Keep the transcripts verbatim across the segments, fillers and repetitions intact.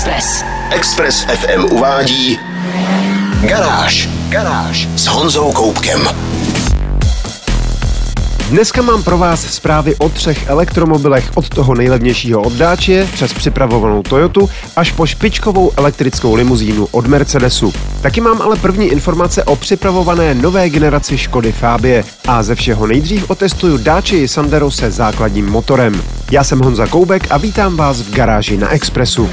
Express. Express F M uvádí Garáž. Garáž s Honzou Koubkem. Dneska mám pro vás zprávy o třech elektromobilech, od toho nejlevnějšího od Dacia přes připravovanou Toyotu až po špičkovou elektrickou limuzínu od Mercedesu. Taky mám ale první informace o připravované nové generaci Škody Fabie a ze všeho nejdřív otestuju Dacia Sandero se základním motorem. Já jsem Honza Koubek a vítám vás v Garáži na Expressu.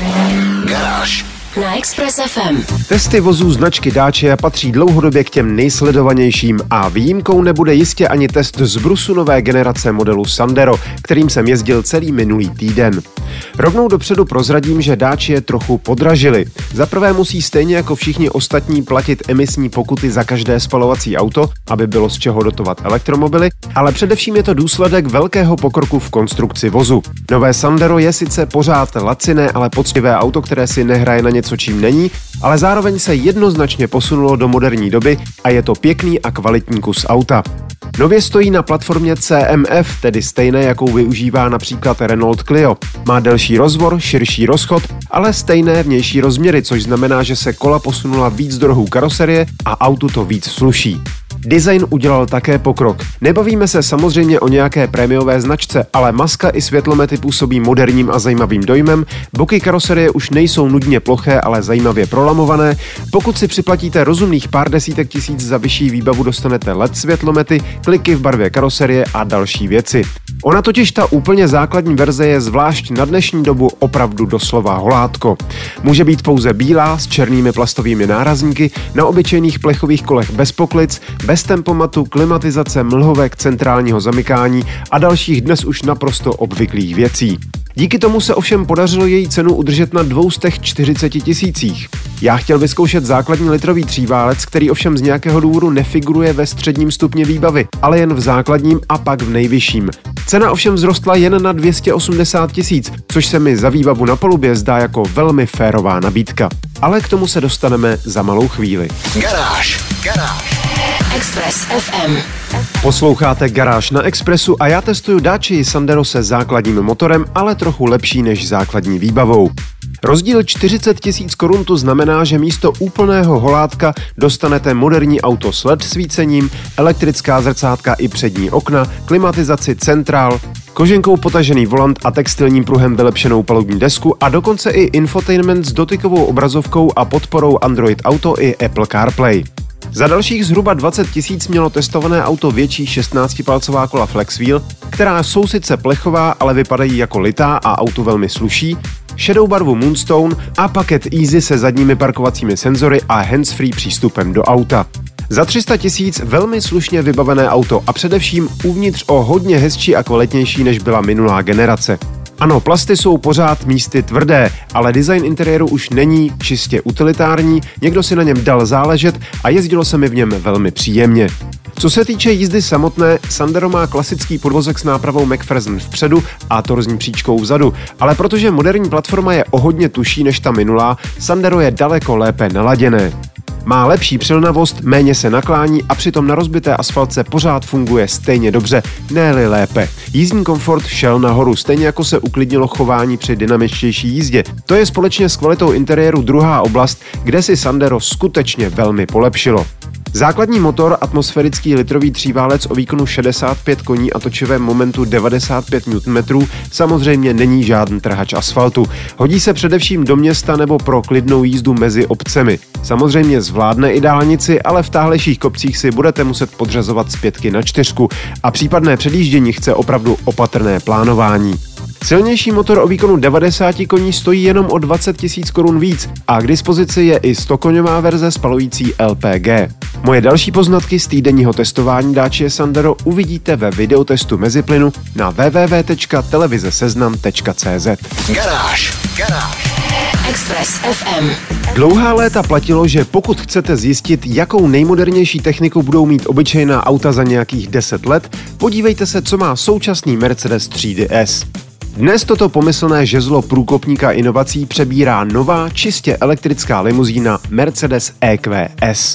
Garáž Na Express F M. Testy vozů značky Dacia patří dlouhodobě k těm nejsledovanějším a výjimkou nebude jistě ani test zbrusu nové generace modelu Sandero, kterým jsem jezdil celý minulý týden. Rovnou dopředu prozradím, že Dacia trochu podražili. Za prvé musí stejně jako všichni ostatní platit emisní pokuty za každé spalovací auto, aby bylo z čeho dotovat elektromobily, ale především je to důsledek velkého pokroku v konstrukci vozu. Nové Sandero je sice pořád laciné, ale poctivé auto, které si nehraje na něco, čím není, ale zároveň se jednoznačně posunulo do moderní doby a je to pěkný a kvalitní kus auta. Nově stojí na platformě C M F, tedy stejné, jakou využívá například Renault Clio. Má delší rozvor, širší rozchod, ale stejné vnější rozměry, což znamená, že se kola posunula víc do rohů karoserie a autu to víc sluší. Design udělal také pokrok. Nebavíme se samozřejmě o nějaké prémiové značce, ale maska i světlomety působí moderním a zajímavým dojmem, boky karoserie už nejsou nudně ploché, ale zajímavě prolamované. Pokud si připlatíte rozumných pár desítek tisíc za vyšší výbavu, dostanete L E D světlomety, kliky v barvě karoserie a další věci. Ona totiž ta úplně základní verze je zvlášť na dnešní dobu opravdu doslova holátko. Může být pouze bílá s černými plastovými nárazníky, na obyčejných plechových kolech bez poklic, bez tempomatu, klimatizace, mlhovek, centrálního zamykání a dalších dnes už naprosto obvyklých věcí. Díky tomu se ovšem podařilo její cenu udržet na dvě stě čtyřicet tisících. Já chtěl vyzkoušet základní litrový tříválec, který ovšem z nějakého důvodu nefiguruje ve středním stupni výbavy, ale jen v základním a pak v nejvyšším. Cena ovšem vzrostla jen na dvě stě osmdesát tisíc, což se mi za výbavu na palubě zdá jako velmi férová nabídka. Ale k tomu se dostaneme za malou chvíli. Garáž. Garáž. Express F M. Posloucháte Garáž na Expressu a já testuju Dacia Sandero se základním motorem, ale trochu lepší než základní výbavou. Rozdíl čtyřicet tisíc korun to znamená, že místo úplného holátka dostanete moderní auto s L E D svícením, elektrická zrcátka i přední okna, klimatizaci, centrál, koženkou potažený volant a textilním pruhem vylepšenou palubní desku a dokonce i infotainment s dotykovou obrazovkou a podporou Android Auto i Apple CarPlay. Za dalších zhruba dvacet tisíc mělo testované auto větší šestnáctipalcová kola Flexwheel, která jsou sice plechová, ale vypadají jako litá a autu velmi sluší, šedou barvu Moonstone a paket Easy se zadními parkovacími senzory a handsfree přístupem do auta. Za tři sta tisíc velmi slušně vybavené auto a především uvnitř o hodně hezčí a kvalitnější, než byla minulá generace. Ano, plasty jsou pořád místy tvrdé, ale design interiéru už není čistě utilitární, někdo si na něm dal záležet a jezdilo se mi v něm velmi příjemně. Co se týče jízdy samotné, Sandero má klasický podvozek s nápravou McPherson vpředu a torzní příčkou vzadu, ale protože moderní platforma je o hodně tužší než ta minulá, Sandero je daleko lépe naladěné. Má lepší přilnavost, méně se naklání a přitom na rozbité asfaltce pořád funguje stejně dobře, ne-li lépe. Jízdní komfort šel nahoru, stejně jako se uklidnilo chování při dynamičtější jízdě. To je společně s kvalitou interiéru druhá oblast, kde si Sandero skutečně velmi polepšilo. Základní motor, atmosférický litrový tříválec o výkonu šedesát pět koní a točivém momentu devadesát pět newtonmetrů samozřejmě není žádný trhač asfaltu. Hodí se především do města nebo pro klidnou jízdu mezi obcemi. Samozřejmě zvládne i dálnici, ale v táhlejších kopcích si budete muset podřazovat z pětky na čtyřku a případné předjíždění chce opravdu opatrné plánování. Silnější motor o výkonu devadesát koní stojí jenom o dvacet tisíc korun víc a k dispozici je i stokoňová verze spalující L P G. Moje další poznatky z týdenního testování Dacia Sandero uvidíte ve videotestu meziplynu na w w w tečka televize seznam tečka c z. Garáž. Garáž. Express F M. Dlouhá léta platilo, že pokud chcete zjistit, jakou nejmodernější techniku budou mít obyčejná auta za nějakých deset let, podívejte se, co má současný Mercedes třídy S. Dnes toto pomyslné žezlo průkopníka inovací přebírá nová, čistě elektrická limuzína Mercedes E Q S.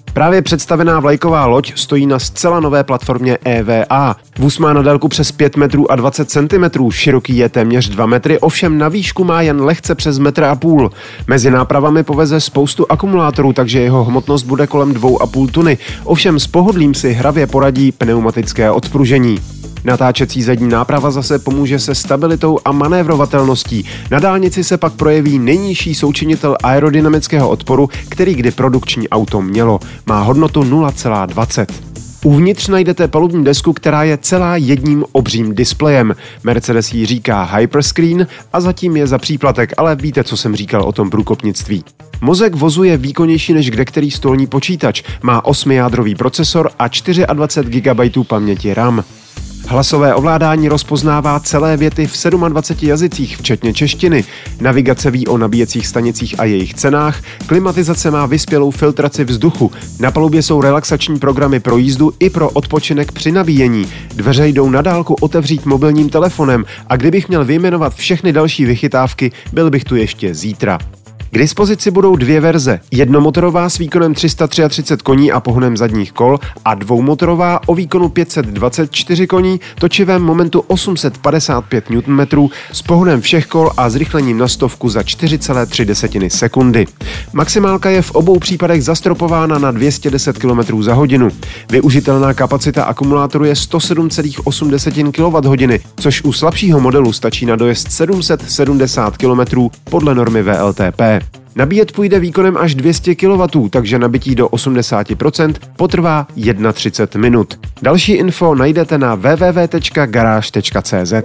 Právě představená vlajková loď stojí na zcela nové platformě E V A. Vůz má na délku přes pět metrů a dvacet centimetrů, široký je téměř dva metry, ovšem na výšku má jen lehce přes metr a půl. Mezi nápravami poveze spoustu akumulátorů, takže jeho hmotnost bude kolem dvou a půl tuny. Ovšem s pohodlím si hravě poradí pneumatické odpružení. Natáčecí zadní náprava zase pomůže se stabilitou a manévrovatelností. Na dálnici se pak projeví nejnižší součinitel aerodynamického odporu, který kdy produkční auto mělo. Má hodnotu nula celá dvacet. Uvnitř najdete palubní desku, která je celá jedním obřím displejem. Mercedes jí říká Hyperscreen a zatím je za příplatek, ale víte, co jsem říkal o tom průkopnictví. Mozek vozu je výkonnější než kdekterý stolní počítač. Má osmijádrový procesor a dvacet čtyři gigabajtů paměti RAM. Hlasové ovládání rozpoznává celé věty v dvaceti sedmi jazycích, včetně češtiny. Navigace ví o nabíjecích stanicích a jejich cenách. Klimatizace má vyspělou filtraci vzduchu. Na palubě jsou relaxační programy pro jízdu i pro odpočinek při nabíjení. Dveře jdou na dálku otevřít mobilním telefonem a kdybych měl vyjmenovat všechny další vychytávky, byl bych tu ještě zítra. K dispozici budou dvě verze, jednomotorová s výkonem tři sta třicet tři koní a pohonem zadních kol a dvoumotorová o výkonu pět set dvacet čtyři koní, točivém momentu osm set padesát pět newtonmetrů s pohonem všech kol a zrychlením na stovku za čtyři celé tři sekundy. Maximálka je v obou případech zastropována na dvě stě deset kilometrů za hodinu. Využitelná kapacita akumulátoru je sto sedm celá osm kilowatthodin, což u slabšího modelu stačí na dojezd sedm set sedmdesát kilometrů podle normy V L T P. Nabíjet půjde výkonem až dvě stě kilowattů, takže nabití do osmdesát procent potrvá třicet jedna minut. Další info najdete na w w w tečka garáž tečka c z.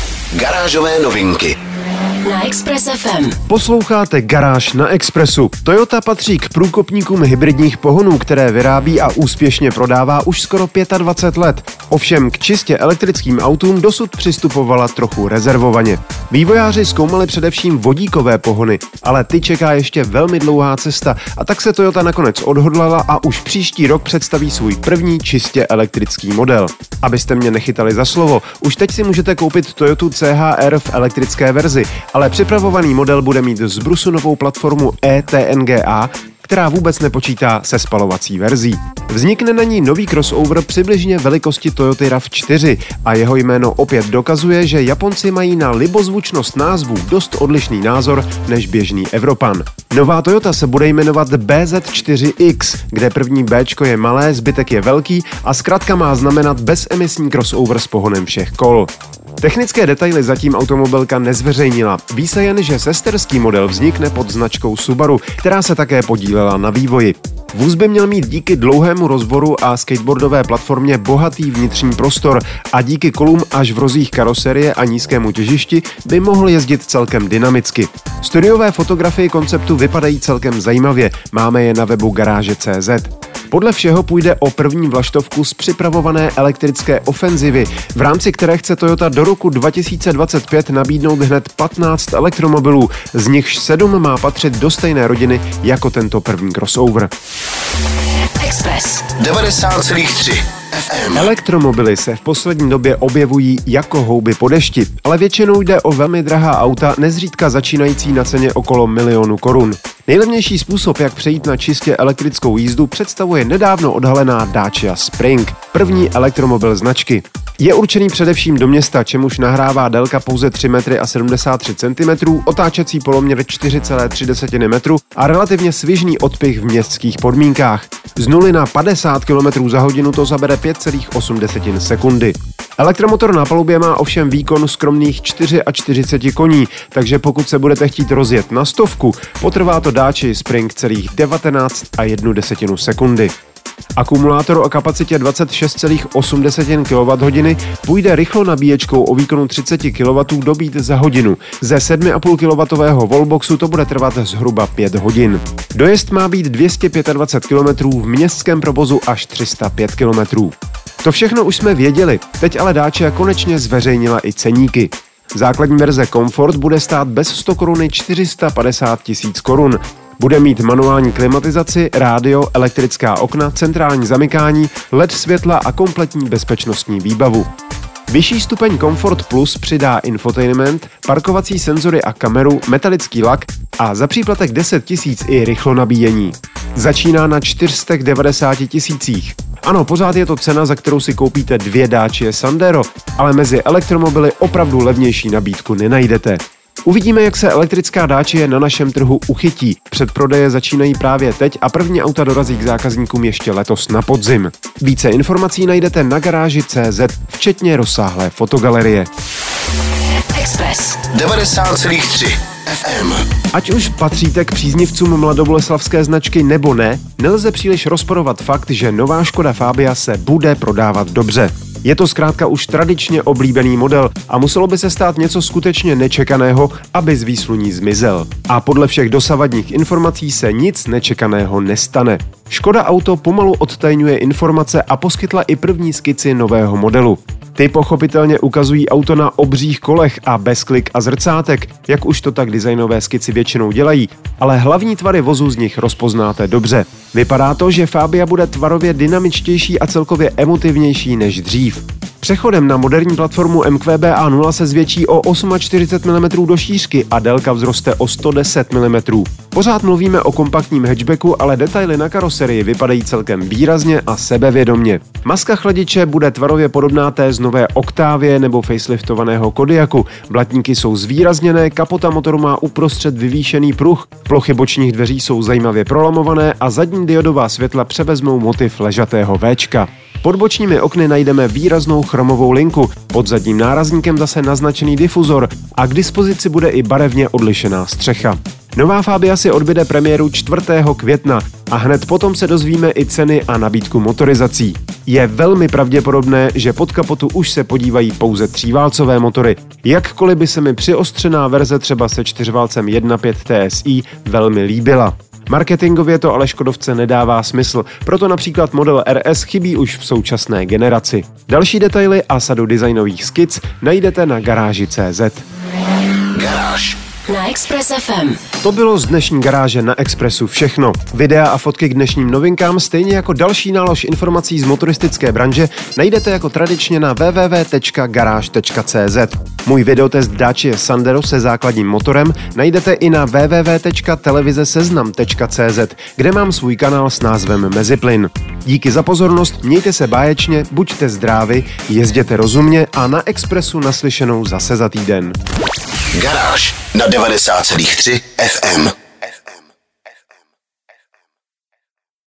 Garážové novinky na Express F M. Posloucháte Garáž na Expressu. Toyota patří k průkopníkům hybridních pohonů, které vyrábí a úspěšně prodává už skoro dvacet pět let. Ovšem k čistě elektrickým autům dosud přistupovala trochu rezervovaně. Vývojáři zkoumali především vodíkové pohony, ale ty čeká ještě velmi dlouhá cesta a tak se Toyota nakonec odhodlala a už příští rok představí svůj první čistě elektrický model. Abyste mě nechytali za slovo, už teď si můžete koupit Toyotu C H R v elektrické verzi, ale připravovaný model bude mít zbrusu novou platformu E T N G A, která vůbec nepočítá se spalovací verzí. Vznikne na ní nový crossover přibližně velikosti Toyoty RAV čtyři a jeho jméno opět dokazuje, že Japonci mají na libozvučnost názvů dost odlišný názor než běžný Evropan. Nová Toyota se bude jmenovat B Z čtyři X, kde první Bčko je malé, zbytek je velký a zkrátka má znamenat bezemisní crossover s pohonem všech kol. Technické detaily zatím automobilka nezveřejnila. Ví se jen, že sesterský model vznikne pod značkou Subaru, která se také podílela na vývoji. Vůz by měl mít díky dlouhému rozvoru a skateboardové platformě bohatý vnitřní prostor a díky kolům až v rozích karoserie a nízkému těžišti by mohl jezdit celkem dynamicky. Studiové fotografie konceptu vypadají celkem zajímavě, máme je na webu garáže tečka cé zet. Podle všeho půjde o první vlaštovku z připravované elektrické ofenzivy, v rámci které chce Toyota do roku dva tisíce dvacet pět nabídnout hned patnáct elektromobilů, z nichž sedm má patřit do stejné rodiny jako tento první crossover. Express devadesát celá tři F M. Elektromobily se v poslední době objevují jako houby po dešti, ale většinou jde o velmi drahá auta, nezřídka začínající na ceně okolo milionu korun. Nejlevnější způsob, jak přejít na čistě elektrickou jízdu, představuje nedávno odhalená Dacia Spring, první elektromobil značky. Je určený především do města, čemuž nahrává délka pouze tři metry a sedmdesát tři centimetrů, otáčecí poloměr čtyři celé tři metru a relativně svižný odpych v městských podmínkách. Z nuly na padesát kilometrů za hodinu to zabere pět celá osm sekundy. Elektromotor na palubě má ovšem výkon skromných čtyřicet čtyři koní, takže pokud se budete chtít rozjet na stovku, potrvá to Dacia Spring celých devatenáct celá jedna sekundy. Akumulátor o kapacitě dvacet šest celá osm kilowatthodin půjde rychlo nabíječkou o výkonu třicet kilowattů dobít za hodinu. Ze sedm celá pět kilowattového wallboxu to bude trvat zhruba pět hodin. Dojezd má být dvě stě dvacet pět kilometrů, v městském provozu až tři sta pět kilometrů. To všechno už jsme věděli, teď ale Dacia konečně zveřejnila i ceníky. Základní verze Comfort bude stát bez sto koruny čtyři sta padesát tisíc korun. Bude mít manuální klimatizaci, rádio, elektrická okna, centrální zamykání, L E D světla a kompletní bezpečnostní výbavu. Vyšší stupeň Comfort Plus přidá infotainment, parkovací senzory a kameru, metalický lak a za příplatek deset tisíc i rychlo nabíjení. Začíná na čtyři sta devadesát tisících. Ano, pořád je to cena, za kterou si koupíte dvě Dacia Sandero, ale mezi elektromobily opravdu levnější nabídku nenajdete. Uvidíme, jak se elektrická Dacia na našem trhu uchytí. Předprodeje začínají právě teď a první auta dorazí k zákazníkům ještě letos na podzim. Více informací najdete na garáži tečka cé zet, včetně rozsáhlé fotogalerie. Express devadesát celá tři ef em. Ať už patříte k příznivcům mladoboleslavské značky nebo ne, nelze příliš rozporovat fakt, že nová Škoda Fabia se bude prodávat dobře. Je to zkrátka už tradičně oblíbený model a muselo by se stát něco skutečně nečekaného, aby z výsluní zmizel. A podle všech dosavadních informací se nic nečekaného nestane. Škoda Auto pomalu odtajňuje informace a poskytla i první skici nového modelu. Ty pochopitelně ukazují auto na obřích kolech a bez klik a zrcátek, jak už to tak designové skici většinou dělají, ale hlavní tvary vozu z nich rozpoznáte dobře. Vypadá to, že Fabia bude tvarově dynamičtější a celkově emotivnější než dřív. Přechodem na moderní platformu M Q B A nula se zvětší o čtyřicet osm milimetrů do šířky a délka vzroste o sto deset milimetrů. Pořád mluvíme o kompaktním hatchbacku, ale detaily na karoserii vypadají celkem výrazně a sebevědomně. Maska chladiče bude tvarově podobná té z nové Octavie nebo faceliftovaného Kodiaku. Blatníky jsou zvýrazněné, kapota motoru má uprostřed vyvýšený pruh, plochy bočních dveří jsou zajímavě prolamované a zadní diodová světla převezmou motiv ležatého Véčka. Pod bočními okny najdeme výraznou chromovou linku, pod zadním nárazníkem zase naznačený difuzor a k dispozici bude i barevně odlišená střecha. Nová Fabia si odbyde premiéru čtvrtého května a hned potom se dozvíme i ceny a nabídku motorizací. Je velmi pravděpodobné, že pod kapotu už se podívají pouze tříválcové motory, jakkoliv by se mi přiostřená verze třeba se čtyřválcem jedna tečka pět T S I velmi líbila. Marketingově to ale Škodovce nedává smysl, proto například model R S chybí už v současné generaci. Další detaily a sadu designových skic najdete na garáži tečka cé zet. Garáž na Express F M. To bylo z dnešní garáže na Expressu všechno. Videa a fotky k dnešním novinkám, stejně jako další nálož informací z motoristické branže, najdete jako tradičně na w w w tečka garáž tečka cé zet. Můj videotest Dacia Sandero se základním motorem najdete i na w w w tečka televize seznam tečka cé zet, kde mám svůj kanál s názvem Meziplyn. Díky za pozornost, mějte se báječně, buďte zdraví, jezděte rozumně a na Expressu naslyšenou zase za týden. Garáž na devadesát celá tři ef em.